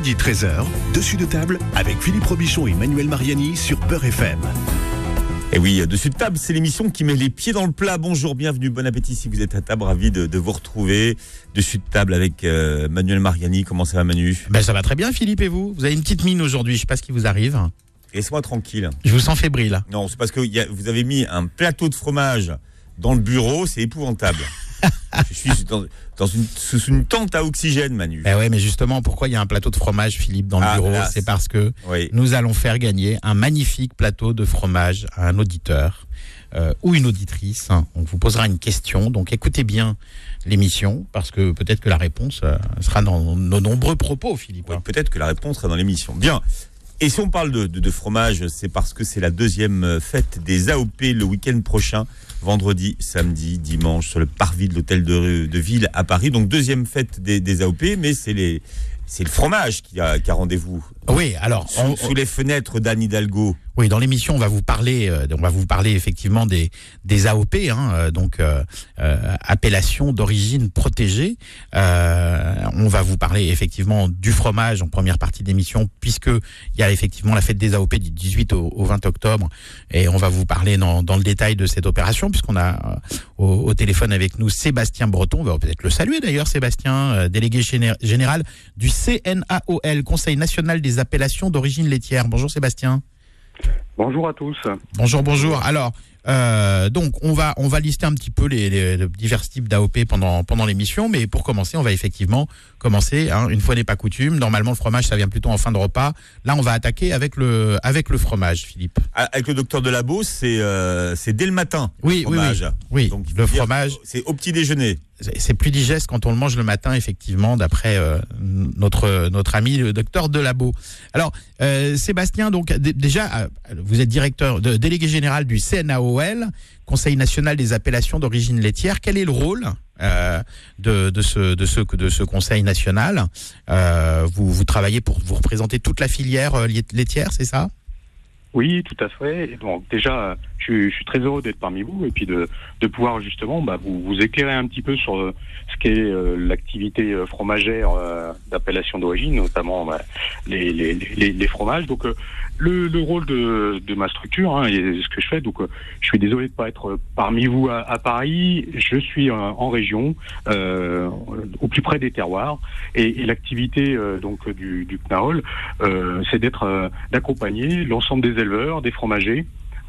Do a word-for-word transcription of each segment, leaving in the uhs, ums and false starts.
midi treize heures, Dessus de table avec Philippe Robichon et Manuel Mariani sur Beurre F M. Et oui, Dessus de table, c'est l'émission qui met les pieds dans le plat. Bonjour, bienvenue, bon appétit si vous êtes à table, ravi de, de vous retrouver. Dessus de table avec euh, Manuel Mariani. Comment ça va, Manu? Ben ça va très bien, Philippe, et vous? Vous avez une petite mine aujourd'hui, je sais pas ce qui vous arrive. Laissez-moi tranquille. Je vous sens fébrile. Non, c'est parce que y a, vous avez mis un plateau de fromage dans le bureau, c'est épouvantable. Je suis dans, dans une, sous une tente à oxygène, Manu. Ben ouais, mais justement, pourquoi il y a un plateau de fromage, Philippe, dans le ah, bureau? là, c'est parce que oui. nous allons faire gagner un magnifique plateau de fromage à un auditeur euh, ou une auditrice. On vous posera une question, donc écoutez bien l'émission, parce que peut-être que la réponse euh, sera dans nos nombreux propos, Philippe. Oui, peut-être que la réponse sera dans l'émission. Bien. Et si on parle de, de, de fromage, c'est parce que c'est la deuxième fête des A O P le week-end prochain, vendredi, samedi, dimanche, sur le parvis de l'hôtel de, de ville à Paris. Donc deuxième fête des, des A O P, mais c'est, les, c'est le fromage qui a, qui a rendez-vous. Oui, alors sous, on, sous les fenêtres d'Anne Hidalgo. Oui, dans l'émission, on va vous parler, euh, on va vous parler effectivement des des A O P, hein, euh, donc euh, euh, appellation d'origine protégée. Euh, on va vous parler effectivement du fromage en première partie d'émission, puisque il y a effectivement la fête des A O P du dix-huit au, au vingt octobre, et on va vous parler dans dans le détail de cette opération, puisqu'on a euh, au, au téléphone avec nous Sébastien Breton. On va peut-être le saluer d'ailleurs, Sébastien, euh, délégué géné- général du C N A O L, Conseil national des appellations d'origine laitière. Bonjour Sébastien. Bonjour à tous. Bonjour, bonjour. Alors, euh, donc on va on va lister un petit peu les, les, les divers types d'A O P pendant pendant l'émission, mais pour commencer, on va effectivement commencer. Hein, une fois n'est pas coutume. Normalement, le fromage, ça vient plutôt en fin de repas. Là, on va attaquer avec le avec le fromage, Philippe. Avec le docteur Delabo, c'est euh, c'est dès le matin. Oui, le fromage. oui, oui. oui. Donc, le fromage, c'est au petit déjeuner. C'est plus digeste quand on le mange le matin, effectivement, d'après euh, notre notre ami le docteur Delabo. Alors, euh, Sébastien, donc d- déjà, euh, vous êtes directeur, de, délégué général du C N A O L, Conseil national des appellations d'origine laitière. Quel est le rôle euh, de de ce de ce de ce Conseil national? euh, Vous vous travaillez pour vous représenter toute la filière euh, laitière, c'est ça? Oui, tout à fait. Et donc déjà, je suis, je suis très heureux d'être parmi vous et puis de, de pouvoir justement bah, vous, vous éclairer un petit peu sur euh, ce qu'est euh, l'activité euh, fromagère euh, d'appellation d'origine, notamment bah, les, les, les, les fromages. Donc euh, le, le rôle de, de ma structure hein, et ce que je fais. Donc euh, je suis désolé de pas être parmi vous à, à Paris. Je suis euh, en région, euh, au plus près des terroirs, et, et l'activité euh, donc du, du C N A O L, euh, c'est d'être euh, d'accompagner l'ensemble des éleveurs, des fromagers,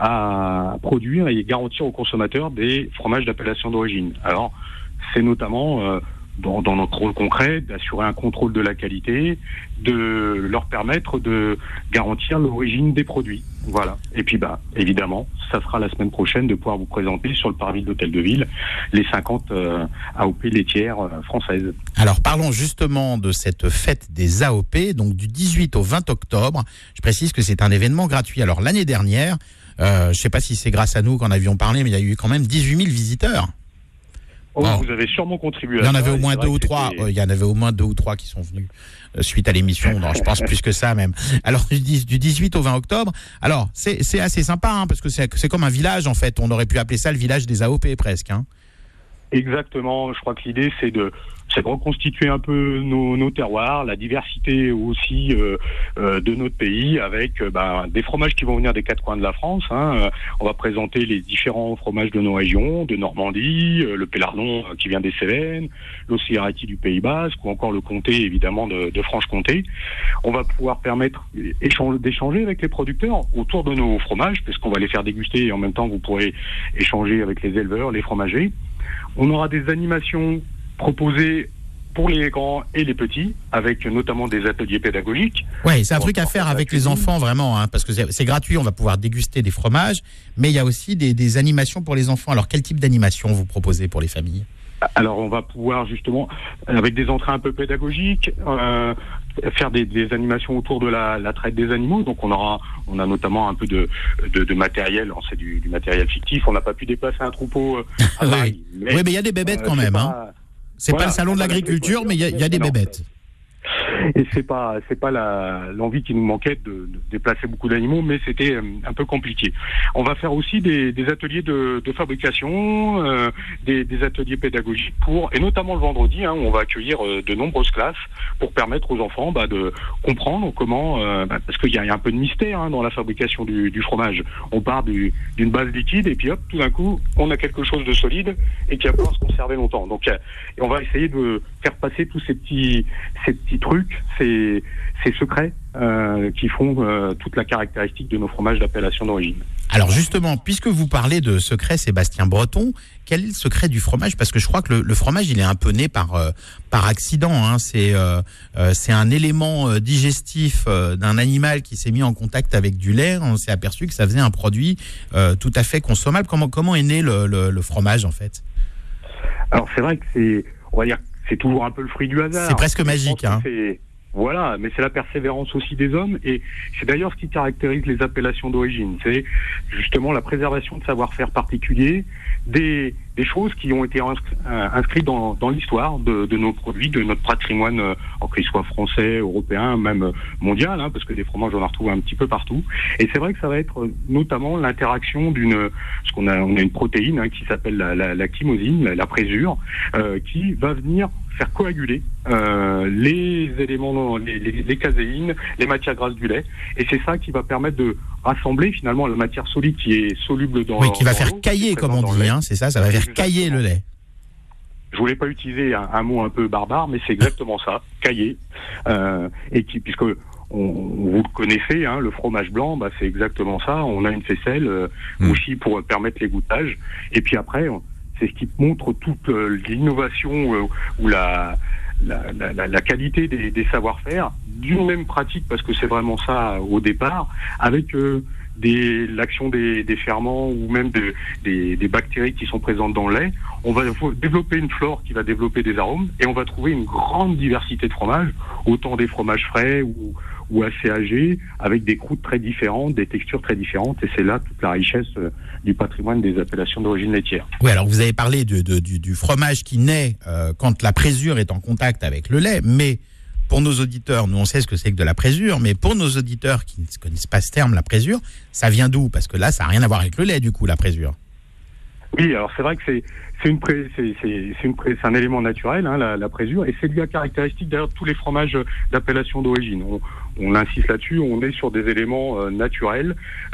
à produire et garantir aux consommateurs des fromages d'appellation d'origine. Alors, c'est notamment euh, dans, dans notre rôle concret d'assurer un contrôle de la qualité, de leur permettre de garantir l'origine des produits. Voilà. Et puis, bah, évidemment, ça sera la semaine prochaine de pouvoir vous présenter sur le parvis de l'hôtel de ville les cinquante euh, A O P laitières euh, françaises. Alors, parlons justement de cette fête des A O P, donc du dix-huit au vingt octobre. Je précise que c'est un événement gratuit. Alors, l'année dernière, euh, je ne sais pas si c'est grâce à nous qu'en avions parlé, mais il y a eu quand même dix-huit mille visiteurs. Oh, bon. Vous avez sûrement contribué à ça. Il y en ça, avait au moins deux ou trois. c'était... Euh, il y en avait au moins deux ou trois qui sont venus euh, suite à l'émission. Non, je pense plus que ça même. Alors du, dix, du dix-huit au vingt octobre. Alors c'est, c'est assez sympa hein, parce que c'est, c'est comme un village en fait. On aurait pu appeler ça le village des A O P presque. Hein. Exactement. Je crois que l'idée c'est de c'est de reconstituer un peu nos, nos terroirs, la diversité aussi euh, euh, de notre pays, avec euh, bah, des fromages qui vont venir des quatre coins de la France. Hein. On va présenter les différents fromages de nos régions, de Normandie, euh, le Pélardon euh, qui vient des Cévennes, l'Ossiriati du Pays Basque, ou encore le Comté évidemment de, de Franche-Comté. On va pouvoir permettre échange, d'échanger avec les producteurs autour de nos fromages, puisqu'on va les faire déguster et en même temps vous pourrez échanger avec les éleveurs, les fromagers. On aura des animations proposées pour les grands et les petits, avec notamment des ateliers pédagogiques. Oui, c'est un truc à faire avec les enfants, vraiment, hein, parce que c'est, c'est gratuit, on va pouvoir déguster des fromages, mais il y a aussi des, des animations pour les enfants. Alors, quel type d'animation vous proposez pour les familles ? Alors, on va pouvoir justement, avec des entrées un peu pédagogiques, euh, faire des, des animations autour de la, la traite des animaux. Donc, on aura, on a notamment un peu de, de, de matériel. Alors, c'est du, du matériel fictif. On n'a pas pu déplacer un troupeau à Paris. Oui, mais il y a des bébêtes euh, quand même. Pas, hein. C'est voilà, pas le salon de l'agriculture, mais il y a, y a des bébêtes. Et c'est pas c'est pas la l'envie qui nous manquait de, de déplacer beaucoup d'animaux, mais c'était un peu compliqué. On va faire aussi des, des ateliers de, de fabrication, euh, des, des ateliers pédagogiques pour, et notamment le vendredi, hein, où on va accueillir euh, de nombreuses classes pour permettre aux enfants bah, de comprendre comment, euh, bah, parce qu'il y a, y a un peu de mystère hein, dans la fabrication du, du fromage. On part du, d'une base liquide et puis hop, tout d'un coup, on a quelque chose de solide et qui va pouvoir se conserver longtemps. Donc, euh, et on va essayer de faire passer tous ces petits, ces petits trucs, ces, ces secrets euh, qui font euh, toute la caractéristique de nos fromages d'appellation d'origine. Alors justement, puisque vous parlez de secret, Sébastien Breton, quel est le secret du fromage? Parce que je crois que le, le fromage, il est un peu né par euh, par accident. Hein. C'est euh, euh, c'est un élément euh, digestif euh, d'un animal qui s'est mis en contact avec du lait. On s'est aperçu que ça faisait un produit euh, tout à fait consommable. Comment comment est né le, le, le fromage en fait? Alors c'est vrai que c'est, on va dire, c'est toujours un peu le fruit du hasard. C'est presque magique, hein. C'est, voilà, mais c'est la persévérance aussi des hommes, et c'est d'ailleurs ce qui caractérise les appellations d'origine. C'est justement la préservation de savoir-faire particulier, des, des choses qui ont été inscrites, inscrites dans, dans l'histoire de, de nos produits, de notre patrimoine, euh, qu'il soit français, européen, même mondial, hein, parce que des fromages on en retrouve un petit peu partout. Et c'est vrai que ça va être notamment l'interaction d'une, parce qu'on a, on a une protéine hein, qui s'appelle la, la, la chymosine, la, la présure, euh, qui va venir faire coaguler euh, les éléments, les, les, les caséines, les matières grasses du lait, et c'est ça qui va permettre de rassembler finalement la matière solide qui est soluble dans. Oui, qui va dans faire l'eau, cailler, comme on dit, hein, c'est ça, ça va faire cailler le lait. Je voulais pas utiliser un, un mot un peu barbare, mais c'est exactement ça, cailler, euh, et qui, puisque on, vous le connaissez, hein, le fromage blanc, bah c'est exactement ça. On a une faisselle euh, mmh. aussi pour permettre l'égouttage, et puis après. On, c'est ce qui montre toute euh, l'innovation euh, ou la, la, la, la qualité des, des savoir-faire d'une même pratique, parce que c'est vraiment ça au départ, avec euh, des, l'action des, des ferments ou même de, des, des bactéries qui sont présentes dans le lait. On va développer une flore qui va développer des arômes, et on va trouver une grande diversité de fromages, autant des fromages frais ou, ou assez âgés, avec des croûtes très différentes, des textures très différentes, et c'est là toute la richesse euh, du patrimoine des appellations d'origine laitière. Oui, alors vous avez parlé de, de, du, du fromage qui naît euh, quand la présure est en contact avec le lait, mais pour nos auditeurs, nous on sait ce que c'est que de la présure, mais pour nos auditeurs qui ne connaissent pas ce terme, la présure, ça vient d'où? Parce que là, ça n'a rien à voir avec le lait, du coup, la présure. Oui, alors c'est vrai que c'est c'est une pré, c'est c'est c'est une pré, c'est un élément naturel, hein, la, la présure, et c'est la caractéristique d'ailleurs de tous les fromages d'appellation d'origine. On, on insiste là-dessus, on est sur des éléments euh, naturels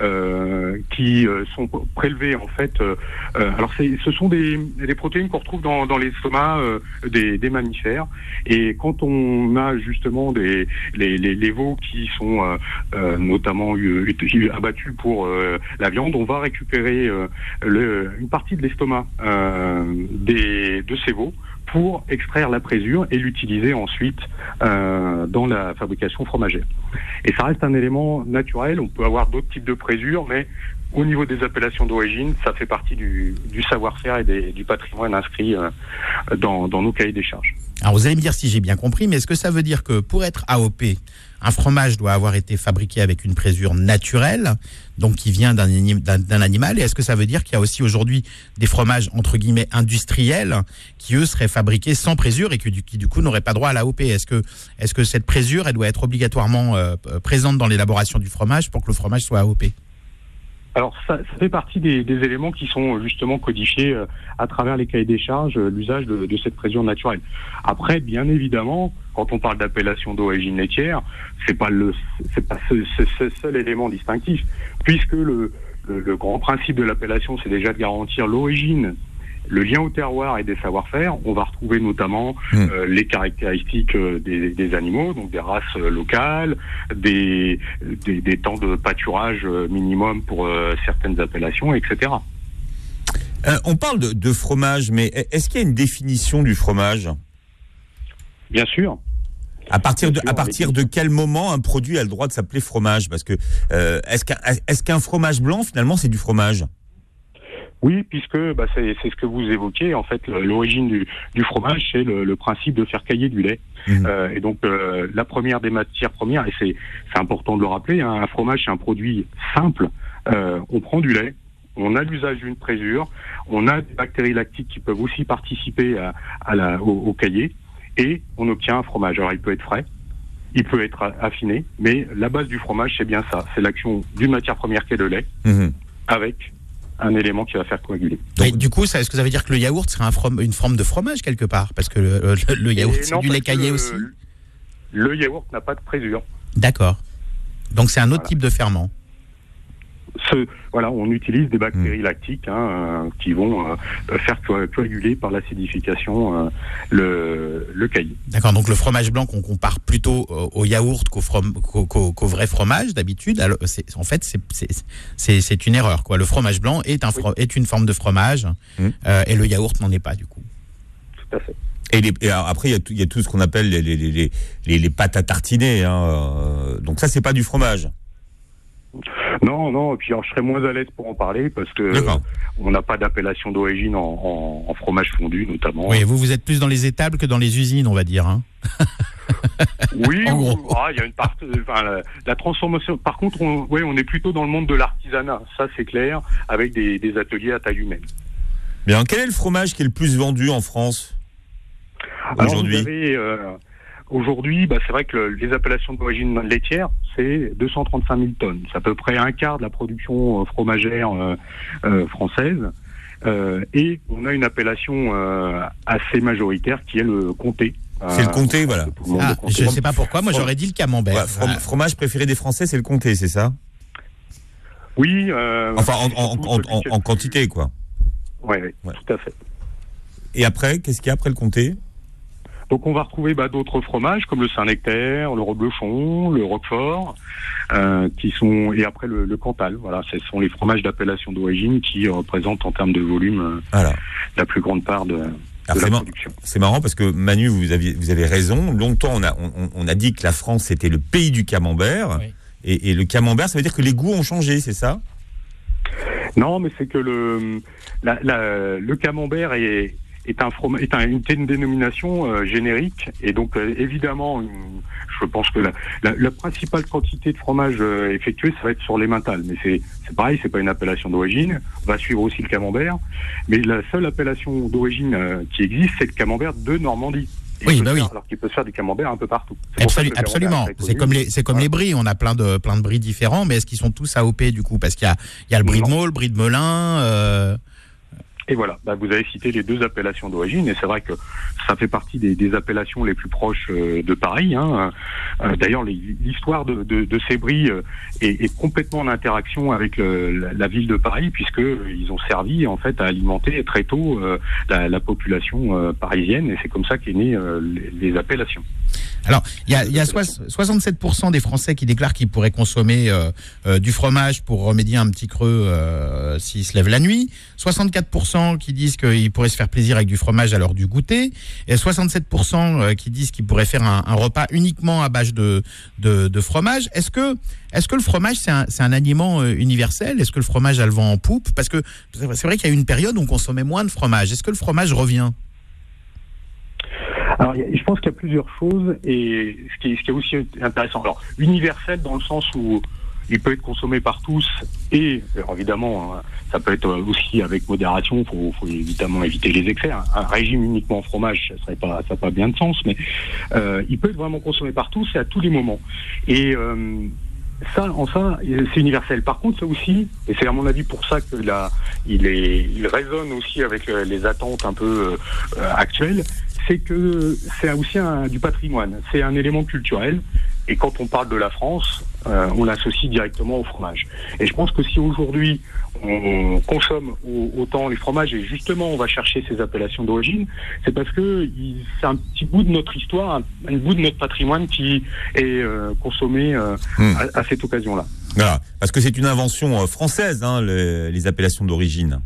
euh, qui euh, sont prélevés en fait. Euh, alors c'est, ce sont des, des protéines qu'on retrouve dans, dans l'estomac euh, des, des mammifères, et quand on a justement des les, les, les veaux qui sont euh, euh, notamment euh, abattus pour euh, la viande, on va récupérer euh, le, une partie de l'estomac euh, des, de ces veaux pour extraire la présure et l'utiliser ensuite euh, dans la fabrication fromagère. Et ça reste un élément naturel. On peut avoir d'autres types de présure, mais au niveau des appellations d'origine, ça fait partie du, du savoir-faire et des, du patrimoine inscrit euh, dans, dans nos cahiers des charges. Alors vous allez me dire si j'ai bien compris, mais est-ce que ça veut dire que pour être A O P, un fromage doit avoir été fabriqué avec une présure naturelle, donc qui vient d'un, d'un, d'un animal, et est-ce que ça veut dire qu'il y a aussi aujourd'hui des fromages entre guillemets industriels qui eux seraient fabriqués sans présure et qui du, qui, du coup n'auraient pas droit à l'A O P? Est-ce que, est-ce que cette présure, elle doit être obligatoirement euh, présente dans l'élaboration du fromage pour que le fromage soit A O P? Alors ça, ça fait partie des, des éléments qui sont justement codifiés euh, à travers les cahiers des charges, euh, l'usage de, de cette présure naturelle. Après, bien évidemment, quand on parle d'appellation d'origine laitière, c'est pas le, c'est pas ce, ce, ce seul élément distinctif, puisque le, le, le grand principe de l'appellation, c'est déjà de garantir l'origine, le lien au terroir et des savoir-faire. On va retrouver notamment mmh. euh, les caractéristiques euh, des, des animaux, donc des races euh, locales, des, des, des temps de pâturage euh, minimum pour euh, certaines appellations, et cetera. Euh, on parle de, de fromage, mais est-ce qu'il y a une définition du fromage? Bien sûr. À partir de, à partir de quel moment un produit a le droit de s'appeler fromage? Parce que euh, est-ce qu'un, est-ce qu'un fromage blanc, finalement, c'est du fromage? Oui, puisque bah, c'est, c'est ce que vous évoquez. En fait, l'origine du, du fromage, c'est le, le principe de faire cailler du lait. Mmh. Euh, et donc, euh, la première des matières premières, et c'est, c'est important de le rappeler, hein, un fromage, c'est un produit simple. Euh, on prend du lait, on a l'usage d'une présure, on a des bactéries lactiques qui peuvent aussi participer à, à la, au, au caillé, et on obtient un fromage. Alors, il peut être frais, il peut être affiné, mais la base du fromage, c'est bien ça. C'est l'action d'une matière première qui est le lait, mmh. avec un élément qui va faire coaguler. Donc, et du coup, ça, est-ce que ça veut dire que le yaourt serait un from- une forme de fromage quelque part? Parce que le, le, le yaourt, c'est du lait caillé aussi. Le yaourt n'a pas de présure. D'accord. Donc c'est un autre voilà. type de ferment. Ce, voilà, on utilise des bactéries mmh. lactiques hein, euh, qui vont euh, faire co- coaguler par l'acidification euh, le, le caillé. D'accord, donc le fromage blanc qu'on compare plutôt au yaourt qu'au, from- qu'au, qu'au, qu'au vrai fromage d'habitude, alors, c'est, en fait c'est, c'est, c'est, c'est une erreur, quoi. Le fromage blanc est, un fro- oui. est une forme de fromage mmh. euh, et le yaourt n'en est pas du coup. Tout à fait. Et, les, et après, il y, y a tout ce qu'on appelle les, les, les, les, les pâtes à tartiner. Hein. Donc ça, c'est pas du fromage. Non, non, et puis alors, je serais moins à l'aise pour en parler parce que euh, on n'a pas d'appellation d'origine en, en, en fromage fondu notamment. Oui, vous, vous êtes plus dans les étables que dans les usines, on va dire. Hein. Oui, il ah, y a une partie, enfin, la, la transformation. Par contre, on, ouais, on est plutôt dans le monde de l'artisanat, ça c'est clair, avec des, des ateliers à taille humaine. Bien, quel est le fromage qui est le plus vendu en France aujourd'hui? Alors, vous avez, euh, Aujourd'hui, bah, c'est vrai que le, les appellations d'origine laitière, c'est deux cent trente-cinq mille tonnes. C'est à peu près un quart de la production euh, fromagère euh, euh, française. Euh, et on a une appellation euh, assez majoritaire qui est le comté. C'est euh, le comté, voilà. Ah, je ne sais pas pourquoi, moi j'aurais dit le camembert. Ouais, from- fromage préféré des Français, c'est le comté, c'est ça? Oui. Euh, enfin, en, en, en, en, en quantité, quoi. Oui, ouais, ouais. Tout à fait. Et après, qu'est-ce qu'il y a après le comté? Donc on va retrouver bah, d'autres fromages comme le Saint-Nectaire, le Reblochon, le Roquefort, euh, qui sont et après le, le Cantal. Voilà, ce sont les fromages d'appellation d'origine qui représentent en termes de volume euh, voilà. la plus grande part de, de Alors, la c'est production. Mar- c'est marrant parce que Manu, vous avez vous avez raison. Longtemps on a on, on a dit que la France était le pays du camembert oui. et, et le camembert, ça veut dire que les goûts ont changé, c'est ça? Non, mais c'est que le la, la, le camembert est est un fromage, est un, une, une dénomination euh, générique et donc euh, évidemment une, je pense que la, la, la principale quantité de fromage euh, effectuée ça va être sur l'emmental, mais c'est c'est pareil, c'est pas une appellation d'origine. On va suivre aussi le camembert, mais la seule appellation d'origine euh, qui existe c'est le camembert de Normandie. Et oui, bah oui. Faire, alors qu'il peut se faire du camembert un peu partout. Absolu, absolument. C'est comme les, c'est comme voilà. les bries. On a plein de, plein de bries différents, mais est-ce qu'ils sont tous A O P du coup? Parce qu'il y a, il y a le brie de Meaux, le brie de Melun. Euh... Et voilà, bah vous avez cité les deux appellations d'origine, et c'est vrai que ça fait partie des, des appellations les plus proches euh, de Paris. Hein. Euh, d'ailleurs, les, l'histoire de, de, de ces bries euh, est, est complètement en interaction avec le, la, la ville de Paris, puisque ils ont servi en fait à alimenter très tôt euh, la, la population euh, parisienne, et c'est comme ça qu'est née euh, les, les appellations. Alors, il y a, y a soixante-sept pour cent des Français qui déclarent qu'ils pourraient consommer euh, euh, du fromage pour remédier à un petit creux euh, s'ils se lèvent la nuit. soixante-quatre pour cent qui disent qu'ils pourraient se faire plaisir avec du fromage à l'heure du goûter. Et soixante-sept pour cent qui disent qu'ils pourraient faire un, un repas uniquement à base de, de, de fromage. Est-ce que, est-ce que le fromage, c'est un, c'est un aliment euh, universel? Est-ce que le fromage a le vent en poupe? Parce que c'est vrai qu'il y a eu une période où on consommait moins de fromage. Est-ce que le fromage revient? Alors, je pense qu'il y a plusieurs choses, et ce qui est, ce qui est aussi intéressant. Alors, universel dans le sens où il peut être consommé par tous, et alors évidemment, ça peut être aussi avec modération. Il faut, faut évidemment éviter les excès. Un régime uniquement en fromage, ça serait pas, ça n'a pas bien de sens, mais euh, il peut être vraiment consommé par tous et à tous les moments. Et euh, ça, en ça, c'est universel. Par contre, ça aussi, et c'est à mon avis pour ça que là, il est, il résonne aussi avec les attentes un peu euh, actuelles. C'est que c'est aussi un, du patrimoine, c'est un élément culturel. Et quand on parle de la France, euh, on l'associe directement au fromage. Et je pense que si aujourd'hui on consomme autant les fromages et justement on va chercher ces appellations d'origine, c'est parce que c'est un petit bout de notre histoire, un, un bout de notre patrimoine qui est euh, consommé euh, mmh. à, à cette occasion-là. Voilà, parce que c'est une invention française, hein, les, les appellations d'origine.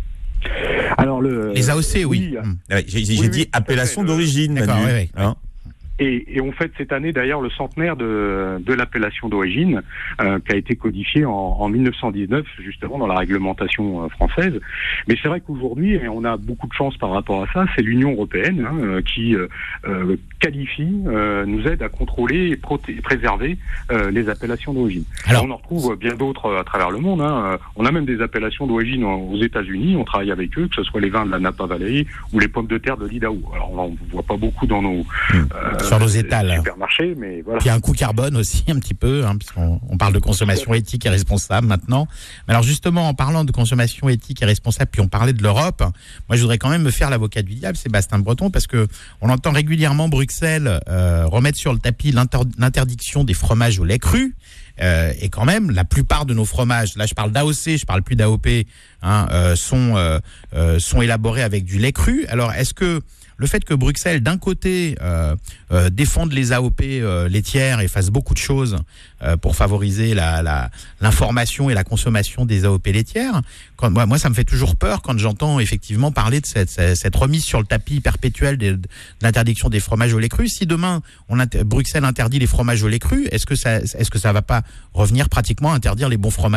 Alors le, les A O C, oui. oui. Mmh. J'ai, j'ai oui, dit oui, appellation d'origine, D'accord, Manu. Oui, oui. Hein Et, et on fête cette année d'ailleurs le centenaire de, de l'appellation d'origine euh, qui a été codifiée en, en mille neuf cent dix-neuf justement dans la réglementation euh, française. Mais c'est vrai qu'aujourd'hui, et on a beaucoup de chance par rapport à ça, c'est l'Union européenne hein, euh, qui euh, euh, qualifie, euh, nous aide à contrôler et proté- préserver euh, les appellations d'origine. Alors, on en retrouve bien d'autres à travers le monde. Hein. On a même des appellations d'origine aux États-Unis. On travaille avec eux, que ce soit les vins de la Napa Valley ou les pommes de terre de l'Idaho. Alors on ne voit pas beaucoup dans nos euh, sur nos étals. Supermarché, mais voilà. Puis il y a un coût carbone aussi un petit peu, hein, puisqu'on on parle de consommation éthique et responsable maintenant. Mais alors justement, en parlant de consommation éthique et responsable, puis on parlait de l'Europe, moi je voudrais quand même me faire l'avocat du diable, Sébastien Breton, parce que on entend régulièrement Bruxelles euh, remettre sur le tapis l'inter- l'interdiction des fromages au lait cru. Euh, et quand même, la plupart de nos fromages, là je parle d'A O C, je parle plus d'A O P, hein, euh, sont euh, euh, sont élaborés avec du lait cru. Alors est-ce que le fait que Bruxelles, d'un côté, euh, euh, défende les A O P euh, laitières et fasse beaucoup de choses euh, pour favoriser la, la, l'information et la consommation des A O P laitières, quand, moi, moi, ça me fait toujours peur quand j'entends effectivement parler de cette, cette, cette remise sur le tapis perpétuelle de, de l'interdiction des fromages au lait cru. Si demain, on inter- Bruxelles interdit les fromages au lait cru, est-ce que ça est-ce que ça va pas revenir pratiquement à interdire les bons fromages ?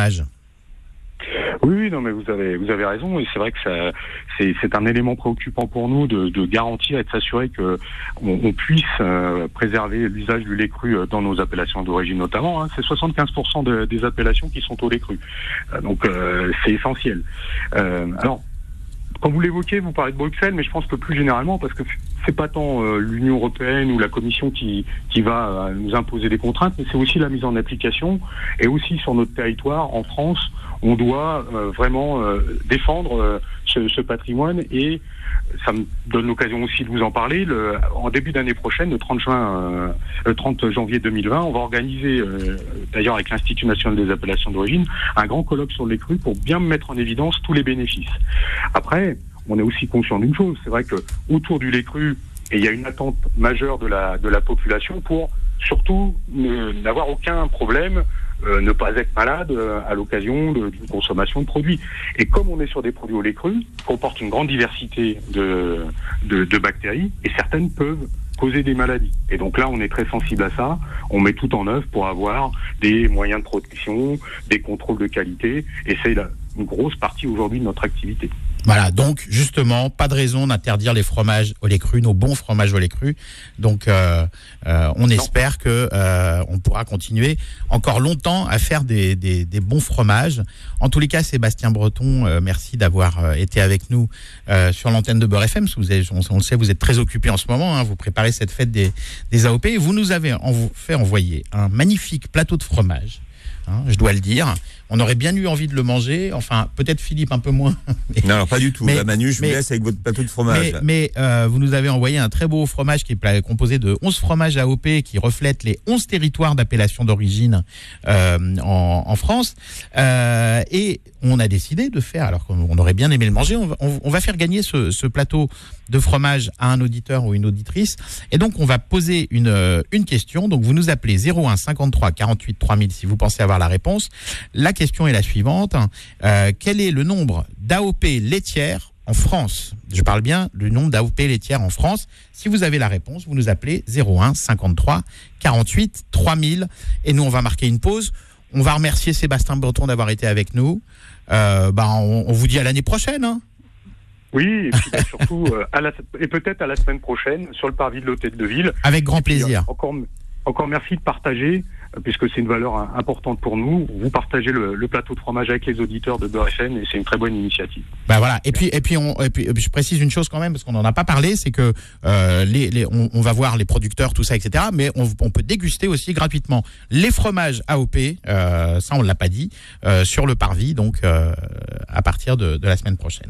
Oui, oui, non, mais vous avez, vous avez raison, et c'est vrai que ça, c'est, c'est un élément préoccupant pour nous de, de garantir et de s'assurer que on, on puisse euh, préserver l'usage du lait cru dans nos appellations d'origine notamment. Hein. C'est soixante-quinze pour cent de, des appellations qui sont au lait cru, euh, donc euh, c'est essentiel. Euh, alors. Quand vous l'évoquez, vous parlez de Bruxelles, mais je pense que plus généralement, parce que c'est pas tant euh, l'Union européenne ou la Commission qui qui va euh, nous imposer des contraintes, mais c'est aussi la mise en application, et aussi sur notre territoire, en France, on doit euh, vraiment euh, défendre euh, ce, ce patrimoine, et ça me donne l'occasion aussi de vous en parler. Le, en début d'année prochaine, le trente juin, euh, le trente janvier deux mille vingt, on va organiser, euh, d'ailleurs avec l'Institut national des appellations d'origine, un grand colloque sur le lait cru pour bien mettre en évidence tous les bénéfices. Après, on est aussi conscient d'une chose, c'est vrai que autour du lait cru, et il y a une attente majeure de la de la population pour surtout ne, n'avoir aucun problème. Euh, ne pas être malade euh, à l'occasion de, d'une consommation de produits. Et comme on est sur des produits au lait cru, qui comportent une grande diversité de, de, de bactéries, et certaines peuvent causer des maladies. Et donc là, on est très sensible à ça. On met tout en œuvre pour avoir des moyens de protection, des contrôles de qualité, et c'est la, une grosse partie aujourd'hui de notre activité. Voilà, donc justement, pas de raison d'interdire les fromages au lait cru, nos bons fromages au lait cru. Donc, euh, euh, on espère que euh, on pourra continuer encore longtemps à faire des, des, des bons fromages. En tous les cas, Sébastien Breton, euh, merci d'avoir euh, été avec nous euh, sur l'antenne de Beurre F M. Vous êtes, on, on le sait, vous êtes très occupé en ce moment. Hein, vous préparez cette fête des, des A O P. Vous nous avez en, fait envoyer un magnifique plateau de fromage. Hein, je dois le dire. On aurait bien eu envie de le manger. Enfin, peut-être Philippe un peu moins. Mais, non, alors pas du tout. Mais, la Manu, je mais, vous laisse avec votre plateau de fromage. Mais, mais euh, vous nous avez envoyé un très beau fromage qui est composé de onze fromages A O P qui reflètent les onze territoires d'appellation d'origine euh, en, en France. Euh, et on a décidé de faire, alors qu'on aurait bien aimé le manger, on va, on, on va faire gagner ce, ce plateau de fromage à un auditeur ou une auditrice. Et donc, on va poser une, une question. Donc, vous nous appelez zéro un cinquante-trois quarante-huit trois mille si vous pensez avoir la réponse. La question est la suivante. Euh, quel est le nombre d'A O P laitières en France? Je parle bien du nombre d'A O P laitières en France. Si vous avez la réponse, vous nous appelez zéro un cinquante-trois quarante-huit trois mille. Et nous, on va marquer une pause. On va remercier Sébastien Breton d'avoir été avec nous. Euh, bah, on, on vous dit à l'année prochaine. Hein. Oui, et puis bah, surtout, euh, à la, et peut-être à la semaine prochaine sur le parvis de l'Hôtel de Ville. Avec grand puis, plaisir. Euh, encore, encore merci de partager, euh, puisque c'est une valeur hein, importante pour nous. Vous partagez le, le plateau de fromage avec les auditeurs de Beurre F M, et c'est une très bonne initiative. Bah voilà. Et puis, et puis, on, et puis, je précise une chose quand même, parce qu'on n'en a pas parlé, c'est que euh, les, les, on, on va voir les producteurs, tout ça, et cetera. Mais on, on peut déguster aussi gratuitement les fromages A O P. Euh, ça, on l'a pas dit, euh, sur le parvis, donc euh, à partir de, de la semaine prochaine.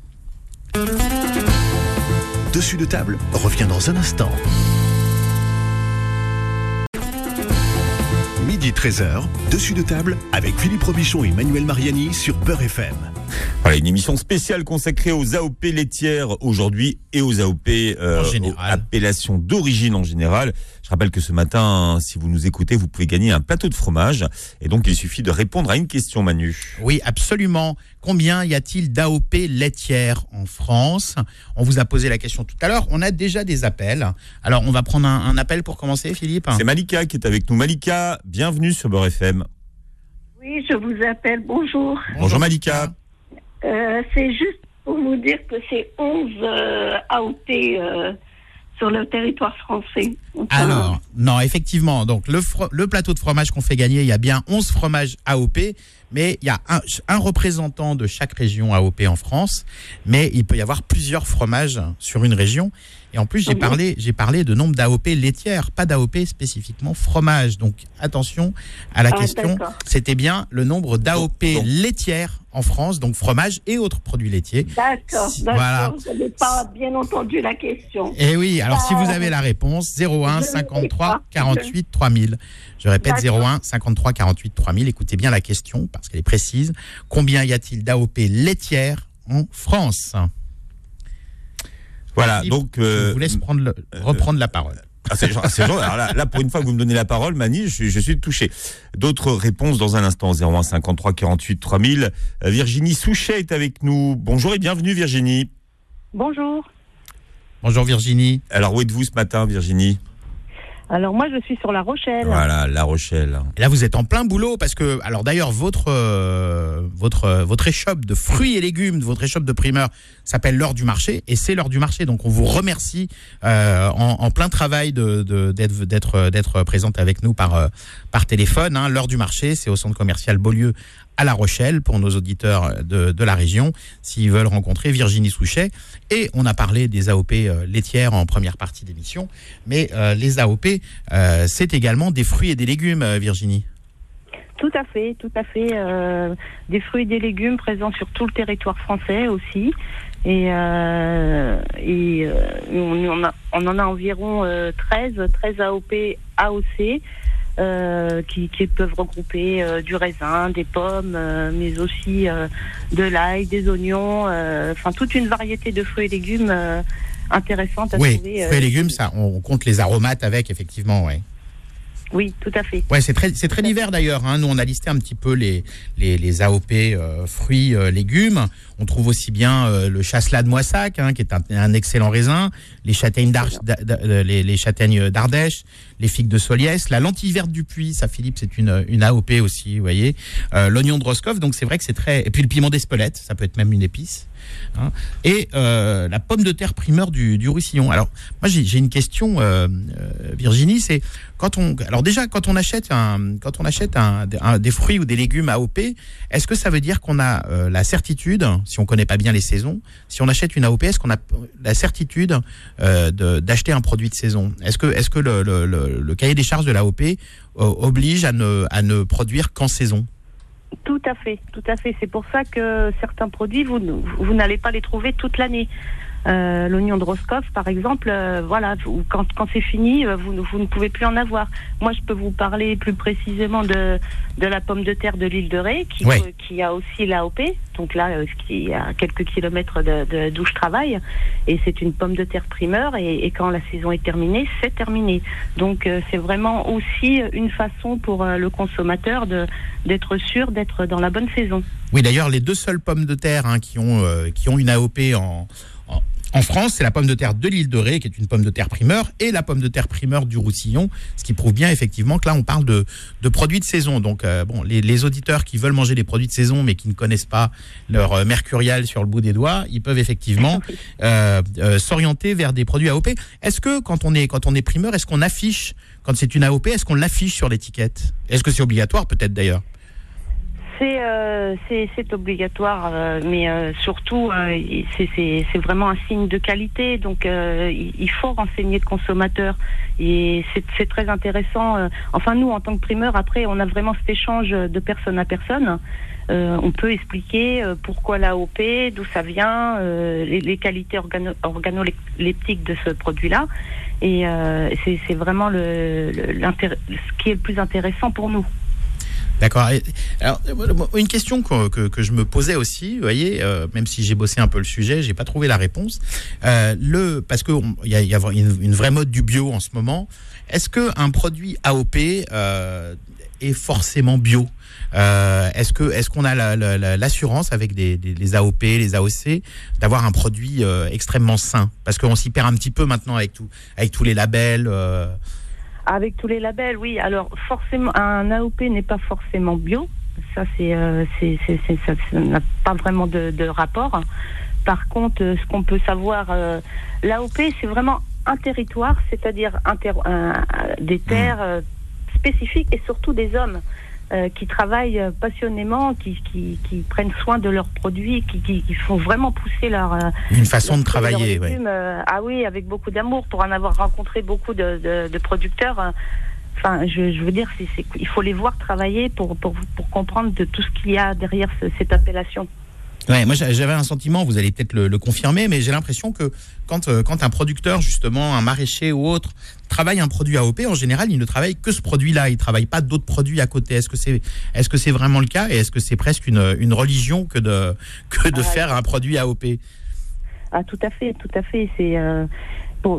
Dessus de table revient dans un instant. Midi treize heures, Dessus de table avec Philippe Robichon et Manuel Mariani sur Beurre F M. Voilà, une émission spéciale consacrée aux A O P laitières aujourd'hui et aux A O P euh, aux appellations d'origine en général. Je rappelle que ce matin, si vous nous écoutez, vous pouvez gagner un plateau de fromage. Et donc, il suffit de répondre à une question, Manu. Oui, absolument. Combien y a-t-il d'A O P laitières en France? On vous a posé la question tout à l'heure. On a déjà des appels. Alors, on va prendre un, un appel pour commencer, Philippe. C'est Malika qui est avec nous. Malika, bienvenue sur Beurre F M. Oui, je vous appelle. Bonjour. Bonjour, Bonjour Malika. Euh, c'est juste pour vous dire que c'est onze euh, A O P euh, sur le territoire français. Enfin, Alors, non, effectivement, donc le, fro- le plateau de fromage qu'on fait gagner, il y a bien onze fromages A O P, mais il y a un, un représentant de chaque région A O P en France, mais il peut y avoir plusieurs fromages sur une région. Et en plus, j'ai Mhm. parlé, j'ai parlé de nombre d'A O P laitières, pas d'A O P spécifiquement fromage. Donc attention à la Ah, question. d'accord. C'était bien le nombre d'A O P Donc- laitières en France, donc fromage et autres produits laitiers. D'accord, Si- d'accord. voilà. Je n'avais pas bien entendu la question. Et oui, alors si vous Ah. avez la réponse, zéro un Je ne sais cinquante-trois pas. quarante-huit trois mille. Je répète, D'accord. zéro un cinquante-trois quarante-huit trois mille. Écoutez bien la question parce qu'elle est précise. Combien y a-t-il d'A O P laitières en France? Voilà, Philippe, donc. je euh, vous laisse prendre le- reprendre la parole. Ah, c'est, ah, c'est genre, alors là, là, pour une fois que vous me donnez la parole, Mani, je, suis- je suis touché. D'autres réponses dans un instant. zéro un cinquante-trois quarante-huit trois mille. Euh, Virginie Souchet est avec nous. Bonjour et bienvenue, Virginie. Bonjour. Bonjour Virginie. Alors, où êtes-vous ce matin, Virginie? Alors moi je suis sur La Rochelle. Voilà, La Rochelle. Et là, vous êtes en plein boulot parce que, alors d'ailleurs, votre euh, votre euh, votre échoppe de fruits et légumes, votre échoppe de primeur s'appelle l'heure du marché et c'est l'heure du marché. Donc, on vous remercie euh, en, en plein travail de, de d'être d'être d'être présente avec nous par euh, par téléphone. Hein. L'heure du marché, c'est au centre commercial Beaulieu à La Rochelle pour nos auditeurs de, de la région s'ils veulent rencontrer Virginie Souchet. Et on a parlé des A O P euh, laitières en première partie d'émission, mais euh, les A O P, euh, c'est également des fruits et des légumes, euh, Virginie. Tout à fait, tout à fait. euh, des fruits et des légumes présents sur tout le territoire français aussi. Et, euh, et euh, on, on, a- on en a environ euh, treize, treize A O P A O C. Euh, qui, qui peuvent regrouper euh, du raisin, des pommes, euh, mais aussi euh, de l'ail, des oignons, euh, enfin toute une variété de fruits et légumes euh, intéressantes à Oui, trouver. euh, fruits et légumes, ça, on compte les aromates avec, effectivement, ouais. Oui, tout à fait. Ouais, c'est très, c'est très divers d'ailleurs. Hein. Nous, on a listé un petit peu les, les, les A O P euh, fruits, euh, légumes. On trouve aussi bien euh, le chasselas de Moissac, hein, qui est un, un excellent raisin, les châtaignes, d'Ar- d'A- d'A- les, les châtaignes d'Ardèche, les figues de Soliès, la lentille verte du Puy, ça, Philippe, c'est une, une A O P aussi, vous voyez. Euh, L'oignon de Roscoff, donc c'est vrai que c'est très. Et puis le piment d'Espelette, ça peut être même une épice. Hein. Et euh, la pomme de terre primeur du, du Roussillon. Alors, moi, j'ai j'ai une question, euh, euh, Virginie, c'est quand on. Alors déjà, quand on achète un, quand on achète un, un- des fruits ou des légumes A O P, est-ce que ça veut dire qu'on a euh, la certitude, si on connaît pas bien les saisons, si on achète une A O P, est-ce qu'on a la certitude euh, de- d'acheter un produit de saison? Est-ce que, est-ce que le, le, le, le cahier des charges de l'A O P euh, oblige à ne, à ne produire qu'en saison? Tout à fait, tout à fait. C'est pour ça que certains produits, vous, vous n'allez pas les trouver toute l'année. Euh, L'oignon de Roscoff, par exemple, euh, voilà, vous- quand, quand c'est fini, euh, vous, ne- vous ne pouvez plus en avoir. Moi, je peux vous parler plus précisément de, de la pomme de terre de l'île de Ré, qui, Ouais. euh, qui a aussi l'A O P, donc là, euh, ce qui est à quelques kilomètres de, de, d'où je travaille, et c'est une pomme de terre primeur, et, et quand la saison est terminée, c'est terminé. Donc, euh, c'est vraiment aussi une façon pour euh, le consommateur de d'être sûr d'être dans la bonne saison. Oui, d'ailleurs, les deux seules pommes de terre hein, qui ont euh, qui ont une A O P en, en en France, c'est la pomme de terre de l'île de Ré, qui est une pomme de terre primeur, et la pomme de terre primeur du Roussillon, ce qui prouve bien effectivement que là, on parle de, de produits de saison. Donc, euh, bon, les, les auditeurs qui veulent manger des produits de saison, mais qui ne connaissent pas leur euh, mercurial sur le bout des doigts, ils peuvent effectivement euh, euh, s'orienter vers des produits A O P. Est-ce que quand on est quand on est primeur, est-ce qu'on affiche, quand c'est une A O P, est-ce qu'on l'affiche sur l'étiquette? Est-ce que c'est obligatoire, peut-être d'ailleurs? C'est euh, c'est c'est obligatoire, euh, mais euh, surtout euh, c'est c'est c'est vraiment un signe de qualité. Donc euh, il il faut renseigner le consommateur et c'est c'est très intéressant. euh. Enfin nous en tant que primeur, après on a vraiment cet échange de personne à personne. Euh, on peut expliquer euh, pourquoi l'A O P, d'où ça vient, euh, les, les qualités organo- organoleptiques de ce produit-là. Et euh, c'est c'est vraiment le, le l'intérêt- ce qui est le plus intéressant pour nous. D'accord. Et, alors, une question que, que, que je me posais aussi, vous voyez, euh, même si j'ai bossé un peu le sujet, j'ai pas trouvé la réponse. Euh, le, parce que il y a, y a une, une vraie mode du bio en ce moment. Est-ce que un produit A O P euh, est forcément bio? Euh, est-ce que est-ce qu'on a la, la, la, l'assurance avec des, des les A O P, les A O C, d'avoir un produit euh, extrêmement sain? Parce qu'on s'y perd un petit peu maintenant avec tout, avec tous les labels. Euh, Avec tous les labels, oui. Alors forcément, un A O P n'est pas forcément bio. Ça, c'est, euh, c'est, c'est, c'est, ça, ça n'a pas vraiment de, de rapport. Par contre, euh, ce qu'on peut savoir, euh, l'A O P, c'est vraiment un territoire, c'est-à-dire un ter- un- des terres euh, spécifiques et surtout des hommes. euh, qui travaillent passionnément, qui, qui, qui prennent soin de leurs produits, qui, qui, qui font vraiment pousser leur... Euh, Une façon leur, de travailler, oui. Euh, ah oui, avec beaucoup d'amour, pour en avoir rencontré beaucoup de, de, de producteurs. Euh, Enfin, je, je veux dire, c'est, c'est, il faut les voir travailler pour, pour, pour comprendre de tout ce qu'il y a derrière ce, cette appellation. Ouais, moi j'avais un sentiment, vous allez peut-être le, le confirmer, mais j'ai l'impression que quand, euh, quand un producteur, justement, un maraîcher ou autre, travaille un produit A O P, en général, il ne travaille que ce produit-là, il ne travaille pas d'autres produits à côté. Est-ce que c'est, est-ce que c'est vraiment le cas et est-ce que c'est presque une, une religion que de, que de ah, faire un produit A O P? Ah, tout à fait, tout à fait. C'est... Euh, pour...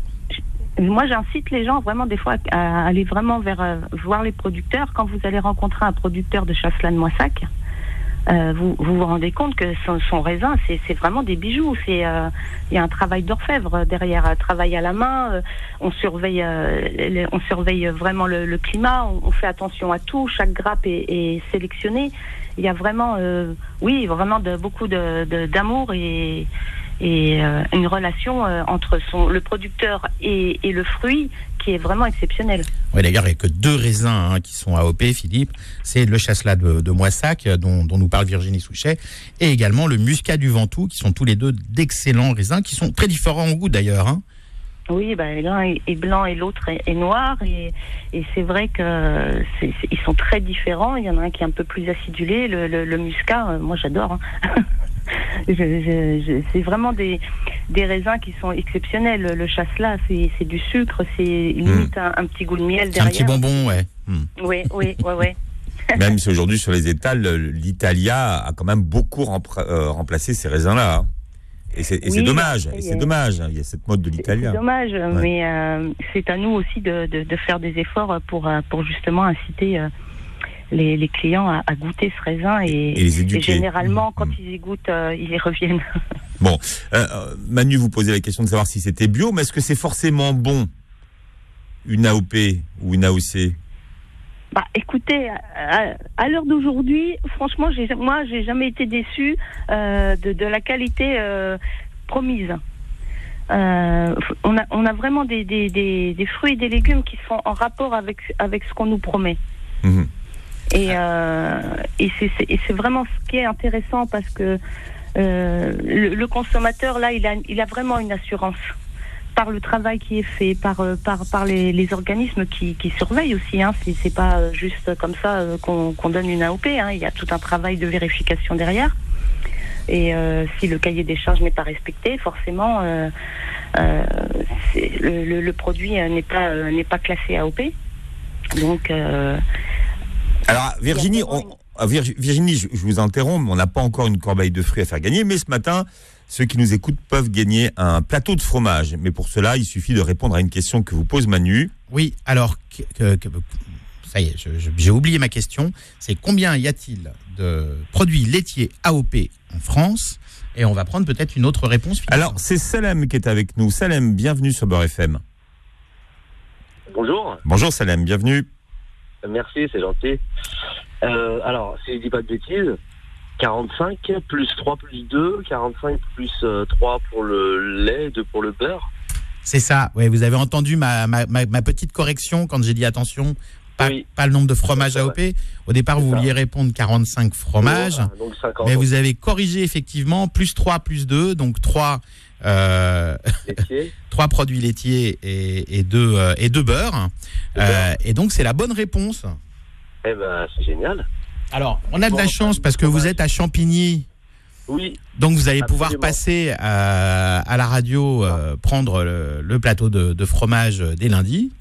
Moi, j'incite les gens vraiment des fois à aller vraiment vers euh, voir les producteurs. Quand vous allez rencontrer un producteur de Chasselas-de-Moissac, euh, vous, vous vous rendez compte que son, son raisin, c'est, c'est vraiment des bijoux. C'est, euh, il y a un travail d'orfèvre derrière, un travail à la main. Euh, on surveille, euh, les, on surveille vraiment le, le climat. On, on fait attention à tout. Chaque grappe est, est sélectionnée. Il y a vraiment, euh, oui, vraiment de, beaucoup de, de, d'amour et et euh, une relation euh, entre son, le producteur et, et le fruit qui est vraiment exceptionnelle. Oui, d'ailleurs, il n'y a que deux raisins hein, qui sont A O P, Philippe. C'est le Chasselas de, de Moissac, dont, dont nous parle Virginie Souchet, et également le Muscat du Ventoux, qui sont tous les deux d'excellents raisins, qui sont très différents au goût d'ailleurs. Hein. Oui, bah, l'un est, est blanc et l'autre est, est noir, et, et c'est vrai que c'est, c'est, ils sont très différents. Il y en a un qui est un peu plus acidulé, le, le, le Muscat, euh, moi j'adore. Hein. Je, je, je, c'est vraiment des, des raisins qui sont exceptionnels. Le Chasselas, c'est, c'est du sucre, c'est limite mmh. un, un petit goût de miel derrière. C'est un petit bonbon, ouais. Mmh. Oui, oui, oui, oui. Même si aujourd'hui sur les étals, l'Italia a quand même beaucoup rempla- euh, remplacé ces raisins-là. Hein. Et c'est, et oui, c'est dommage. Et c'est dommage. Hein. Il y a cette mode de l'Italia. C'est dommage, ouais. mais euh, c'est à nous aussi de, de, de faire des efforts pour, pour justement inciter. Euh, Les, les clients à, à goûter ce raisin et, et, les éduquer. Et généralement quand mmh. ils y goûtent euh, ils y reviennent. Bon, euh, Manu vous posait la question de savoir si c'était bio, mais est-ce que c'est forcément bon une A O P ou une A O C? Bah écoutez, à, à l'heure d'aujourd'hui, franchement, j'ai, moi j'ai jamais été déçu euh, de, de la qualité euh, promise. Euh, on a on a vraiment des, des, des, des fruits et des légumes qui sont en rapport avec avec ce qu'on nous promet. Mmh. Et, euh, et, c'est, c'est, et c'est vraiment ce qui est intéressant parce que euh, le, le consommateur, là, il a, il a vraiment une assurance par le travail qui est fait, par, par, par les, les organismes qui, qui surveillent aussi. Hein. C'est, c'est pas juste comme ça qu'on, qu'on donne une A O P. Hein. Il y a tout un travail de vérification derrière. Et euh, si le cahier des charges n'est pas respecté, forcément, euh, euh, c'est, le, le, le produit n'est pas, euh, n'est pas classé A O P. Donc... Euh, Alors Virginie, on, Virginie, je, je vous interromps, on n'a pas encore une corbeille de fruits à faire gagner, mais ce matin, ceux qui nous écoutent peuvent gagner un plateau de fromage. Mais pour cela, il suffit de répondre à une question que vous pose Manu. Oui, alors, que, que, ça y est, je, je, j'ai oublié ma question. C'est combien y a-t-il de produits laitiers A O P en France? Et on va prendre peut-être une autre réponse. Alors, c'est Salem qui est avec nous. Salem, bienvenue sur Beurre F M. Bonjour. Bonjour Salem, bienvenue. Merci, c'est gentil. Euh, alors, si je dis pas de bêtises, quarante-cinq plus trois plus deux, quarante-cinq plus euh, trois pour le lait, deux pour le beurre. C'est ça, oui, vous avez entendu ma, ma, ma, ma petite correction quand j'ai dit attention, pas, oui. pas le nombre de fromages A O P. Au départ, c'est vous ça. Vouliez répondre quarante-cinq fromages, oh, donc cinquante, mais vous avez corrigé effectivement, plus trois plus deux, donc trois... Euh, trois produits laitiers et, et deux euh, et deux beurres euh, et donc c'est la bonne réponse. Eh ben c'est génial. Alors on a bon, de la chance parce que vous êtes à Champigny. Oui. Donc vous allez absolument. pouvoir passer euh, à la radio euh, prendre le, le plateau de, de fromage dès lundi.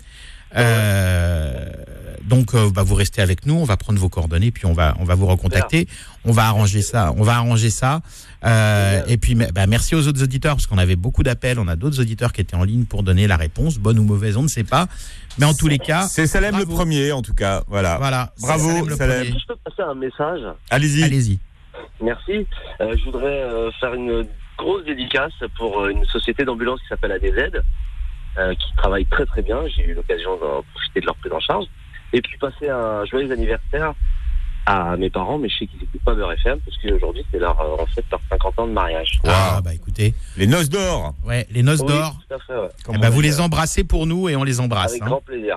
Euh, donc euh, bah, vous restez avec nous, on va prendre vos coordonnées puis on va on va vous recontacter, on va arranger ça, on va arranger ça. Euh, et puis bah, merci aux autres auditeurs parce qu'on avait beaucoup d'appels, on a d'autres auditeurs qui étaient en ligne pour donner la réponse, bonne ou mauvaise, on ne sait pas. Mais en tous les cas, c'est Salem bravo. Le premier en tout cas, voilà. Voilà, bravo Salem. Salem. Est-ce que je peux passer un message? Allez-y. Allez-y. Merci. Euh, je voudrais euh, faire une grosse dédicace pour une société d'ambulance qui s'appelle A D Z. Euh, qui travaillent très très bien, j'ai eu l'occasion d'en profiter de leur prise en charge, et puis passer un joyeux anniversaire à mes parents, mais je sais qu'ils n'écoutent pas Beurre F M, parce qu'aujourd'hui c'est leur, euh, en fait, leur cinquante ans de mariage. Wow. Ah bah écoutez, les noces d'or. Ouais, les noces oui, d'or. Tout à fait, ouais. Eh bah, vous les embrassez pour nous et on les embrasse. Avec hein. grand plaisir.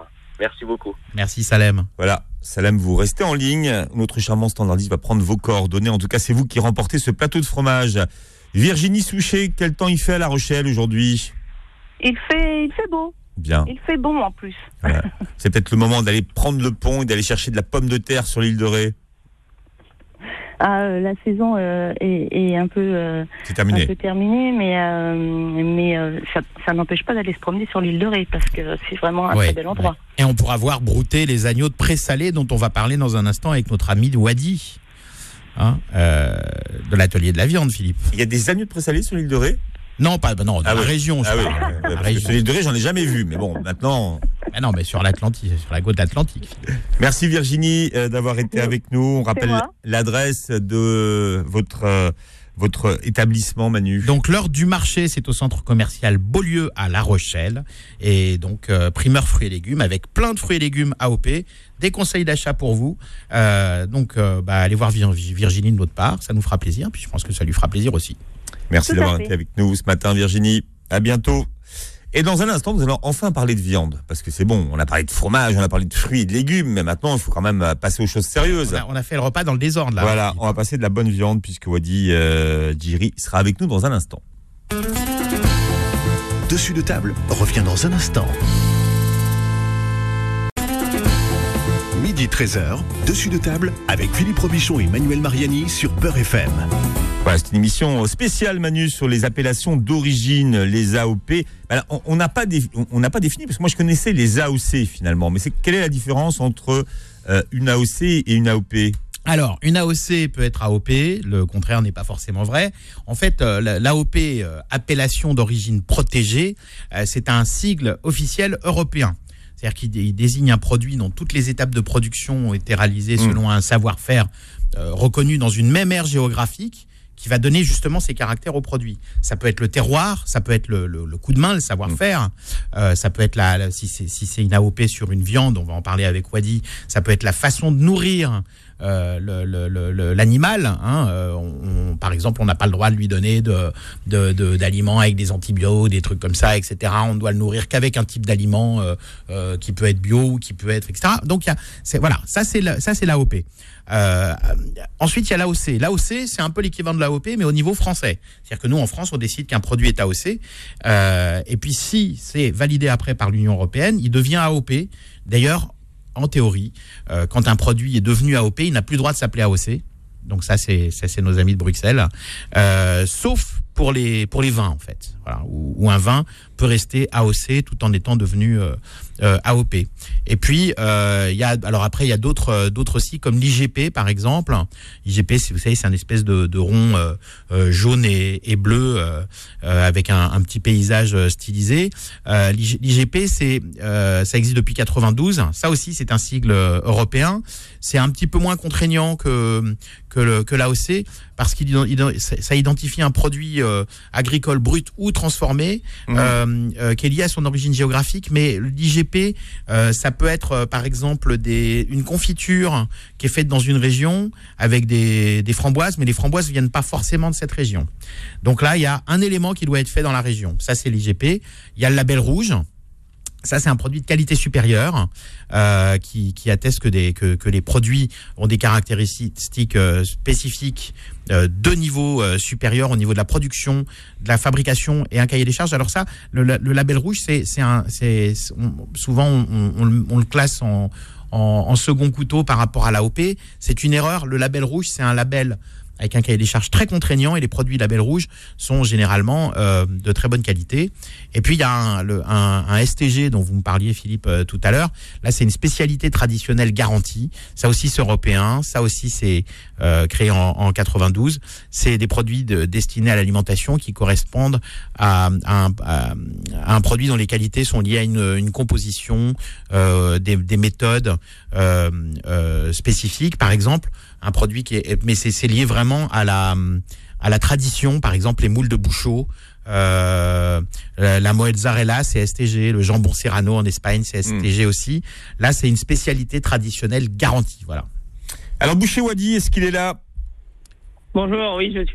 Merci beaucoup. Merci Salem. Voilà, Salem, vous restez en ligne. Notre charmant standardiste va prendre vos coordonnées. En tout cas, c'est vous qui remportez ce plateau de fromage. Virginie Souchet, quel temps il fait à La Rochelle aujourd'hui ? Il fait, il fait beau. Bien. Il fait bon en plus. Voilà. C'est peut-être le moment d'aller prendre le pont et d'aller chercher de la pomme de terre sur l'île de Ré. Ah, la saison euh, est, est un peu, euh, C'est terminé. un peu terminée, mais, euh, mais euh, ça, ça n'empêche pas d'aller se promener sur l'île de Ré parce que c'est vraiment un Ouais, très bel endroit. ouais. Et on pourra voir brouter les agneaux de présalé dont on va parler dans un instant avec notre ami Wadi, hein, euh, de l'atelier de la viande, Philippe. Il y a des agneaux de présalé sur l'île de Ré ? Non, pas non, dans Ah la oui. région. Je Ah oui, parle. ouais, ouais, La parce que région. sur l'île de Ré, j'en ai jamais vu. Mais bon, maintenant... Ah non, mais sur l'Atlantique, sur la côte atlantique. Merci Virginie euh, d'avoir été avec nous. On rappelle moi. l'adresse de votre, euh, votre établissement, Manu. Donc l'heure du marché, c'est au centre commercial Beaulieu à La Rochelle. Et donc euh, primeur fruits et légumes avec plein de fruits et légumes A O P. Des conseils d'achat pour vous. Euh, donc euh, bah, allez voir Vir- Virginie de notre part, ça nous fera plaisir. Puis je pense que ça lui fera plaisir aussi. Merci Tout à d'avoir fait. été avec nous ce matin, Virginie. À bientôt. Et dans un instant, nous allons enfin parler de viande. Parce que c'est bon, on a parlé de fromage, on a parlé de fruits et de légumes. Mais maintenant, il faut quand même passer aux choses sérieuses. On a, on a fait le repas dans le désordre là. Voilà, on va passer de la bonne viande puisque Wadi euh, Djiri sera avec nous dans un instant. Dessus de table revient dans un instant. Midi treize heures, Dessus de table avec Philippe Robichon et Manuel Mariani sur Beurre F M. Voilà, c'est une émission spéciale, Manu, sur les appellations d'origine, les A O P. Alors, on on n'a pas, dé- on n'a pas défini, parce que moi je connaissais les A O C finalement, mais c'est, quelle est la différence entre euh, une A O C et une A O P ? Alors, une A O C peut être A O P, le contraire n'est pas forcément vrai. En fait, euh, la- l'A O P, euh, appellation d'origine protégée, euh, c'est un sigle officiel européen. C'est-à-dire qu'il dé- il désigne un produit dont toutes les étapes de production ont été réalisées Mmh. selon un savoir-faire euh, reconnu dans une même aire géographique qui va donner justement ses caractères au produit. Ça peut être le terroir, ça peut être le, le- le coup de main, le savoir-faire, euh, ça peut être la, la- si c'est si c'est une A O P sur une viande, on va en parler avec Wadi, ça peut être la façon de nourrir euh, le- le- le- le- l'animal. Hein. Euh, on- on- par exemple, on n'a pas le droit de lui donner de, de, de- d'aliments avec des antibiotiques, des trucs comme ça, et cetera. On doit le nourrir qu'avec un type d'aliment euh, euh, qui peut être bio ou qui peut être, et cetera. Donc, il y a, c'est, voilà, ça c'est, la, ça c'est l'A O P. Euh, ensuite, il y a l'A O C. L'A O C, c'est un peu l'équivalent de l'A O P, mais au niveau français. C'est-à-dire que nous, en France, on décide qu'un produit est A O C. Euh, et puis, si c'est validé après par l'Union européenne, il devient A O P. D'ailleurs, en théorie, euh, quand un produit est devenu A O P, il n'a plus le droit de s'appeler A O C. Donc ça, c'est, ça, c'est nos amis de Bruxelles. Euh, sauf pour les, pour les vins, en fait. Voilà, où, où un vin peut rester A O C tout en étant devenu euh, euh, A O P. Et puis, euh, il y a, alors après, il y a d'autres, euh, d'autres aussi, comme l'I G P, par exemple. L'I G P, c'est, vous savez, c'est un espèce de, de rond euh, euh, jaune et, et bleu euh, euh, avec un, un petit paysage euh, stylisé. Euh, L'I G P, c'est, euh, ça existe depuis quatre-vingt-douze. Ça aussi, c'est un sigle euh, européen. C'est un petit peu moins contraignant que que, le, que l'A O C parce qu'il il, ça identifie un produit euh, agricole brut ou transformé mmh. euh, euh, qui est lié à son origine géographique. Mais l'I G P, euh, ça peut être euh, par exemple des, une confiture qui est faite dans une région avec des, des framboises, mais les framboises viennent pas forcément de cette région. Donc là, il y a un élément qui doit être fait dans la région. Ça, c'est l'I G P. Il y a le label rouge. Ça, c'est un produit de qualité supérieure euh, qui, qui atteste que, des, que, que les produits ont des caractéristiques euh, spécifiques euh, de niveau euh, supérieur au niveau de la production, de la fabrication et un cahier des charges. Alors ça, le, le label rouge, c'est, c'est un, c'est, on, souvent on, on, on le classe en, en, en second couteau par rapport à l'A O P. C'est une erreur. Le label rouge, c'est un label avec un cahier des charges très contraignant et les produits label rouge sont généralement euh, de très bonne qualité. Et puis il y a un, le, un, un S T G dont vous me parliez, Philippe, euh, tout à l'heure. Là, c'est une spécialité traditionnelle garantie. Ça aussi, c'est européen. Ça aussi, c'est euh, créé en, en quatre-vingt-douze. C'est des produits de, destinés à l'alimentation qui correspondent à, à, un, à, à un produit dont les qualités sont liées à une, une composition, euh, des, des méthodes euh, euh, spécifiques. Par exemple, un produit qui est, mais c'est, c'est lié vraiment à la, à la tradition. Par exemple, les moules de Bouchot, euh, la, la mozzarella, c'est S T G, le jambon serrano en Espagne, c'est S T G mmh. aussi. Là, c'est une spécialité traditionnelle garantie. Voilà. Alors, Boucher Wadi, est-ce qu'il est là ? Bonjour, oui, je suis là.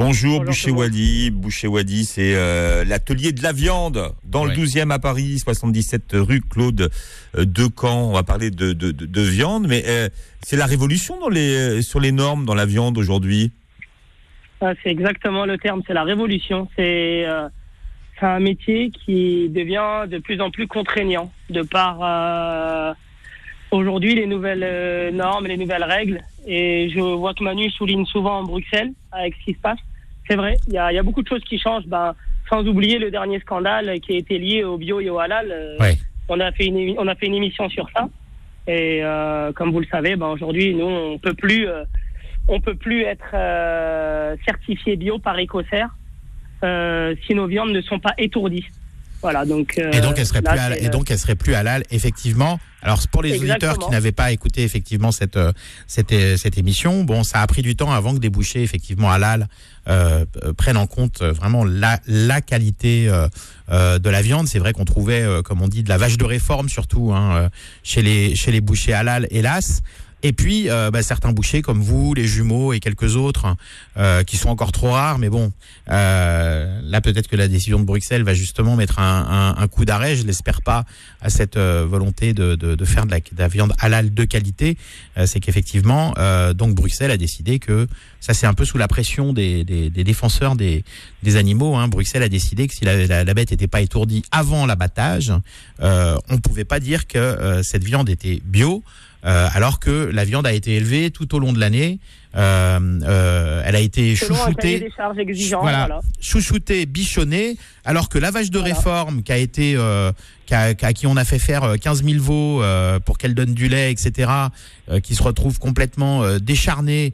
Bonjour, Bonjour Boucher tout le monde. Wadi. Boucher Wadi, c'est euh, l'atelier de la viande dans Ouais. le douzième à Paris, soixante-dix-sept rue Claude euh, Decamps. On va parler de, de, de, de viande, mais euh, c'est la révolution dans les, sur les normes dans la viande aujourd'hui. Ah, c'est exactement le terme, c'est la révolution. C'est euh, c'est un métier qui devient de plus en plus contraignant de par euh, aujourd'hui les nouvelles euh, normes, les nouvelles règles. Et je vois que Manu souligne souvent Bruxelles avec ce qui se passe. C'est vrai, il y a, il y a beaucoup de choses qui changent. Ben, sans oublier le dernier scandale qui a été lié au bio et au halal. Euh, Ouais. on a fait une émi- on a fait une émission sur ça. Et euh, comme vous le savez, ben aujourd'hui nous on peut plus euh, on peut plus être euh, certifié bio par Écossaire euh, si nos viandes ne sont pas étourdies. Voilà, donc euh, Et donc elle serait là, plus halal, c'est, et donc elle serait plus halal effectivement. Alors pour les Exactement. auditeurs qui n'avaient pas écouté effectivement cette euh, cette euh, cette émission, bon, ça a pris du temps avant que des bouchers effectivement halal euh, euh, prennent en compte euh, vraiment la la qualité euh, euh, de la viande. C'est vrai qu'on trouvait euh, comme on dit de la vache de réforme surtout hein, euh, chez les chez les bouchers halal, hélas. Et puis, euh, bah, certains bouchers comme vous, les jumeaux et quelques autres, euh, qui sont encore trop rares. Mais bon, euh, là peut-être que la décision de Bruxelles va justement mettre un, un, un coup d'arrêt. Je l'espère pas à cette euh, volonté de, de, de faire de la, de la viande halal de qualité. Euh, c'est qu'effectivement, euh, donc Bruxelles a décidé que ça, c'est un peu sous la pression des, des, des défenseurs des, des animaux. Hein. Bruxelles a décidé que si la, la, la bête n'était pas étourdie avant l'abattage, euh, on pouvait pas dire que euh, cette viande était bio. Euh, alors que la viande a été élevée tout au long de l'année, euh, euh, elle a été selon un cahier chouchoutée, des charges exigeant. voilà, Voilà. chouchoutée, bichonnée, alors que la vache de Voilà. réforme qui a été, euh, qui a- qui a- à qui on a fait faire quinze mille veaux euh, pour qu'elle donne du lait, et cetera, euh, qui se retrouve complètement euh, décharnée,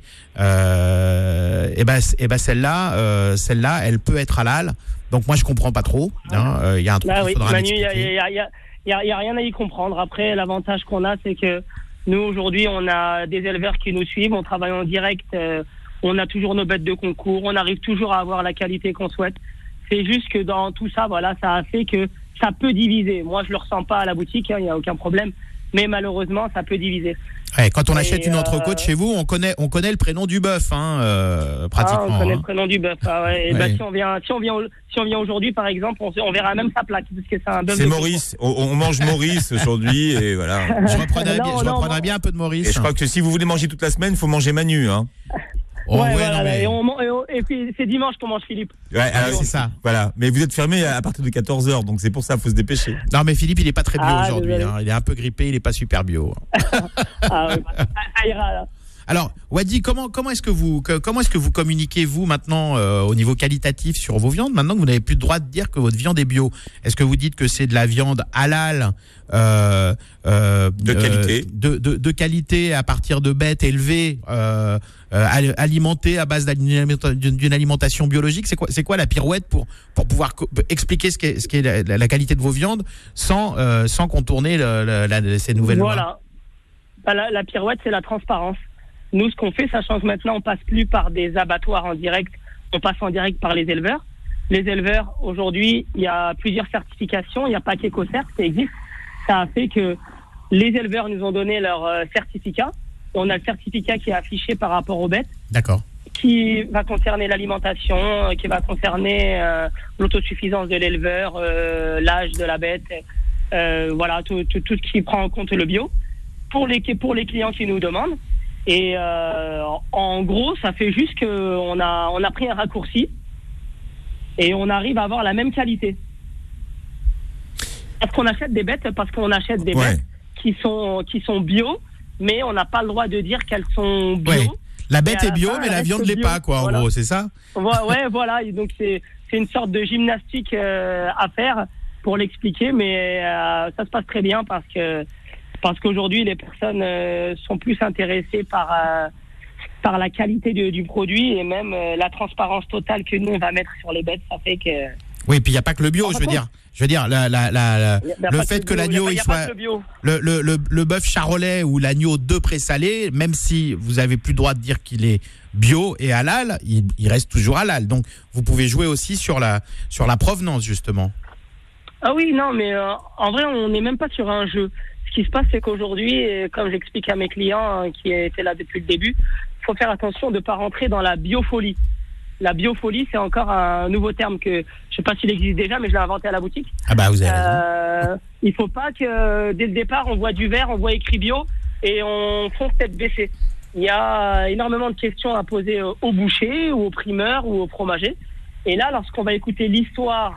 euh, et ben, et ben celle-là, euh, celle-là, elle peut être halal. Donc moi je comprends pas trop. Il hein, euh, y a un truc Là, qu'il oui, faudra Manu, il y a, m'expliquer. il y a- il y a- il y a- il y a rien à y comprendre. Après, l'avantage qu'on a, c'est que nous, aujourd'hui, on a des éleveurs qui nous suivent, on travaille en direct, euh, on a toujours nos bêtes de concours, on arrive toujours à avoir la qualité qu'on souhaite. C'est juste que dans tout ça, voilà, ça a fait que ça peut diviser. Moi, je le ressens pas à la boutique, il n'y a aucun problème, mais malheureusement, ça peut diviser. Ouais, quand on Et, achète une entrecôte euh, chez vous, on connaît, on connaît le prénom du bœuf, hein, euh, pratiquement. Ah, on connaît hein. le prénom du bœuf. Ah ouais. Et Ouais. bah, si on vient, si on vient, au- si on vient aujourd'hui, par exemple, on, on verra même sa plaque, parce que c'est un bœuf. C'est de Maurice. On, on mange Maurice aujourd'hui et voilà. Je reprendrais, Non, bien, je non, reprendrais non. bien un peu de Maurice. Et je crois que si vous voulez manger toute la semaine, il faut manger Manu. Hein. Oh, ouais, ouais, voilà, non, mais- et, on, man- et, on- et puis c'est dimanche qu'on mange Philippe. Ouais, Ouais, alors, c'est ça. Voilà. Mais vous êtes fermé à partir de quatorze heures, donc c'est pour ça, il faut se dépêcher. Non, mais Philippe, il est pas très bio Ah, aujourd'hui. désolé. Hein. Il est un peu grippé, il est pas super bio. Ah, ouais, bah, ça, ça ira là. Alors, Wadi, comment comment est-ce que vous que- comment est-ce que vous communiquez vous maintenant euh, au niveau qualitatif sur vos viandes maintenant que vous n'avez plus le droit de dire que votre viande est bio? Est-ce que vous dites que c'est de la viande halal euh, euh, De qualité. de, de, de qualité à partir de bêtes élevées, euh, euh, al- alimentées à base d'une alimenta- d'une d'une alimentation biologique? C'est quoi c'est quoi la pirouette pour pour pouvoir co- expliquer ce qu'est ce qu'est la, la- la qualité de vos viandes sans euh, sans contourner le- le- la- ces nouvelles lois? Voilà. Bah, la, la pirouette, c'est la transparence. Nous, ce qu'on fait, sachant que maintenant, on passe plus par des abattoirs en direct, on passe en direct par les éleveurs. Les éleveurs, aujourd'hui, il y a plusieurs certifications. Il n'y a pas qu'Écossaire, ça existe. Ça a fait que les éleveurs nous ont donné leur euh, certificat. On a le certificat qui est affiché par rapport aux bêtes, D'accord. qui va concerner l'alimentation, euh, qui va concerner euh, l'autosuffisance de l'éleveur, euh, l'âge de la bête, euh, voilà, tout, tout, tout ce qui prend en compte le bio, pour les, pour les clients qui nous demandent. Et euh, en gros, ça fait juste qu'on a, on a pris un raccourci et on arrive à avoir la même qualité. Parce qu'on achète des bêtes, parce qu'on achète des Ouais. bêtes qui sont, qui sont bio, mais on n'a pas le droit de dire qu'elles sont bio. Ouais. La bête Et à est la bio, fin, mais elle la reste viande l'est bio. pas, quoi, en Voilà. gros, c'est ça? Ouais, ouais, voilà. Et donc c'est c'est une sorte de gymnastique euh, à faire pour l'expliquer, mais euh, ça se passe très bien parce que parce qu'aujourd'hui les personnes euh, sont plus intéressées par euh, par la qualité de- du produit et même euh, la transparence totale que nous on va mettre sur les bêtes. Ça fait que Oui, puis il y a pas que le bio, En je veux fin de dire. Je veux dire, la, la, la, la- y a- y a le pas fait de que bio, l'agneau y a il pas- y a pas soit de bio. le le le, le bœuf charolais ou l'agneau de présalé, même si vous avez plus le droit de dire qu'il est bio et halal, il, il reste toujours halal. Donc vous pouvez jouer aussi sur la sur la provenance justement. Ah oui, non, mais euh, en vrai, on n'est même pas sur un jeu. Ce qui se passe, c'est qu'aujourd'hui, euh, comme j'explique à mes clients hein, qui étaient là depuis le début, il faut faire attention de ne pas rentrer dans la biofolie. La biofolie, c'est encore un nouveau terme que je sais pas s'il existe déjà, mais je l'ai inventé à la boutique. Ah bah vous avez raison. Euh, il faut pas que dès le départ on voit du vert, on voit écrit bio et on fonce tête baissée. Il y a énormément de questions à poser aux bouchers ou aux primeurs ou aux fromagers. Et là, lorsqu'on va écouter l'histoire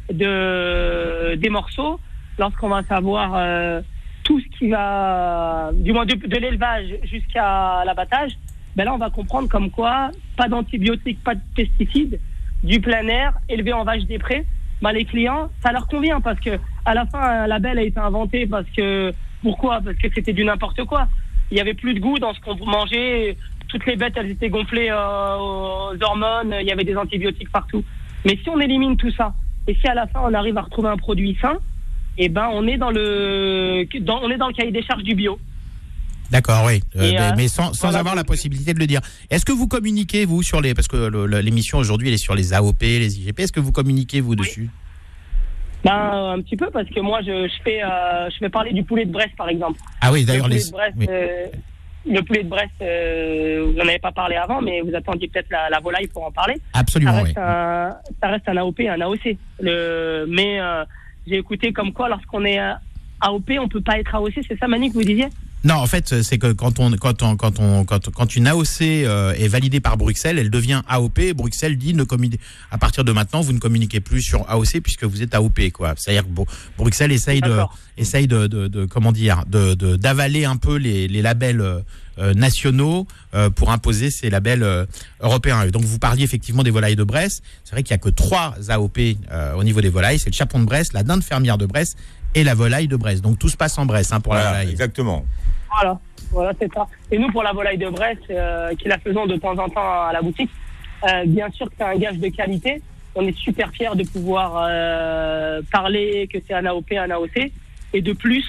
de des morceaux, lorsqu'on va savoir euh, tout ce qui va, du moins de, de l'élevage jusqu'à l'abattage, ben là on va comprendre comme quoi pas d'antibiotiques, pas de pesticides, du plein air, élevé en vache des prés. Ben les clients, ça leur convient parce que à la fin un label a été inventé parce que pourquoi ? Parce que c'était du n'importe quoi. Il y avait plus de goût dans ce qu'on mangeait. Toutes les bêtes elles étaient gonflées euh, aux hormones. Il y avait des antibiotiques partout. Mais si on élimine tout ça et si à la fin on arrive à retrouver un produit sain, eh ben on est dans le dans, on est dans le cahier des charges du bio. D'accord, oui, euh, mais, euh, mais sans, sans voilà, avoir la donc, possibilité de le dire. Est-ce que vous communiquez, vous, sur les... Parce que le, le, l'émission, aujourd'hui, elle est sur les A O P, les I G P. Est-ce que vous communiquez, vous, oui. dessus ? Ben, un petit peu, parce que moi, je, je, fais, euh, je fais parler du poulet de Brest, par exemple. Ah oui, d'ailleurs, le les... poulet de Brest, oui. euh, le poulet de Brest, euh, vous n'en avez pas parlé avant, mais vous attendiez peut-être la, la volaille pour en parler. Absolument, ça reste oui. Un, ça reste un A O P, un A O C. Le, mais euh, j'ai écouté comme quoi, lorsqu'on est A O P, on ne peut pas être A O C. C'est ça, Manu, que vous disiez ? Non, en fait, c'est que quand on, quand on, quand on, quand, quand une A O C euh, est validée par Bruxelles, elle devient A O P. Et Bruxelles dit ne communiquez, à partir de maintenant, vous ne communiquez plus sur A O C puisque vous êtes A O P, quoi. C'est-à-dire que bon, Bruxelles essaye de, essaye de, de, de, comment dire, de, de, d'avaler un peu les, les labels euh, nationaux euh, pour imposer ces labels euh, européens. Et donc, vous parliez effectivement des volailles de Brest. C'est vrai qu'il y a que trois A O P euh, au niveau des volailles. C'est le chapon de Brest, la dinde fermière de Brest et la volaille de Brest. Donc, tout se passe en Brest, hein, pour voilà, la volaille. Exactement. Voilà, voilà, c'est ça. Et nous, pour la volaille de Brest, euh, qui la faisons de temps en temps à la boutique, euh, bien sûr que c'est un gage de qualité. On est super fiers de pouvoir euh, parler que c'est un A O P, un A O C. Et de plus,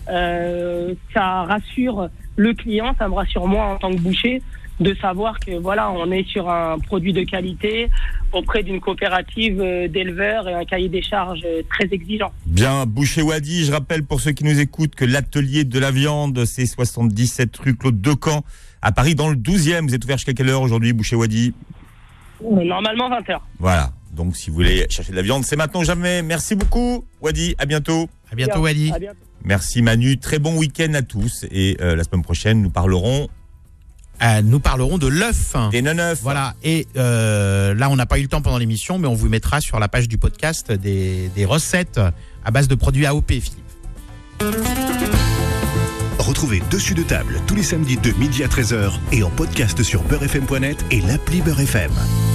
euh, ça rassure le client, ça me rassure moi en tant que boucher, de savoir que voilà, on est sur un produit de qualité auprès d'une coopérative d'éleveurs et un cahier des charges très exigeant. Bien, Boucher Wadi, je rappelle pour ceux qui nous écoutent que l'atelier de la viande, c'est soixante-dix-sept rue Claude Decamps, à Paris, dans le douzième. Vous êtes ouvert jusqu'à quelle heure aujourd'hui, Boucher Wadi ? Normalement vingt heures. Voilà, donc si vous voulez chercher de la viande, c'est maintenant ou jamais. Merci beaucoup, Wadi, à bientôt. À bientôt, Wadi. À bientôt. Merci Manu, très bon week-end à tous. Et euh, la semaine prochaine, nous parlerons... Euh, nous parlerons de l'œuf. Des non-œufs. Voilà. Et euh, là, on n'a pas eu le temps pendant l'émission, mais on vous mettra sur la page du podcast des, des recettes à base de produits A O P, Philippe. Retrouvez Dessus de table tous les samedis de midi à treize heures et en podcast sur beurre f m point net et l'appli Beurre F M.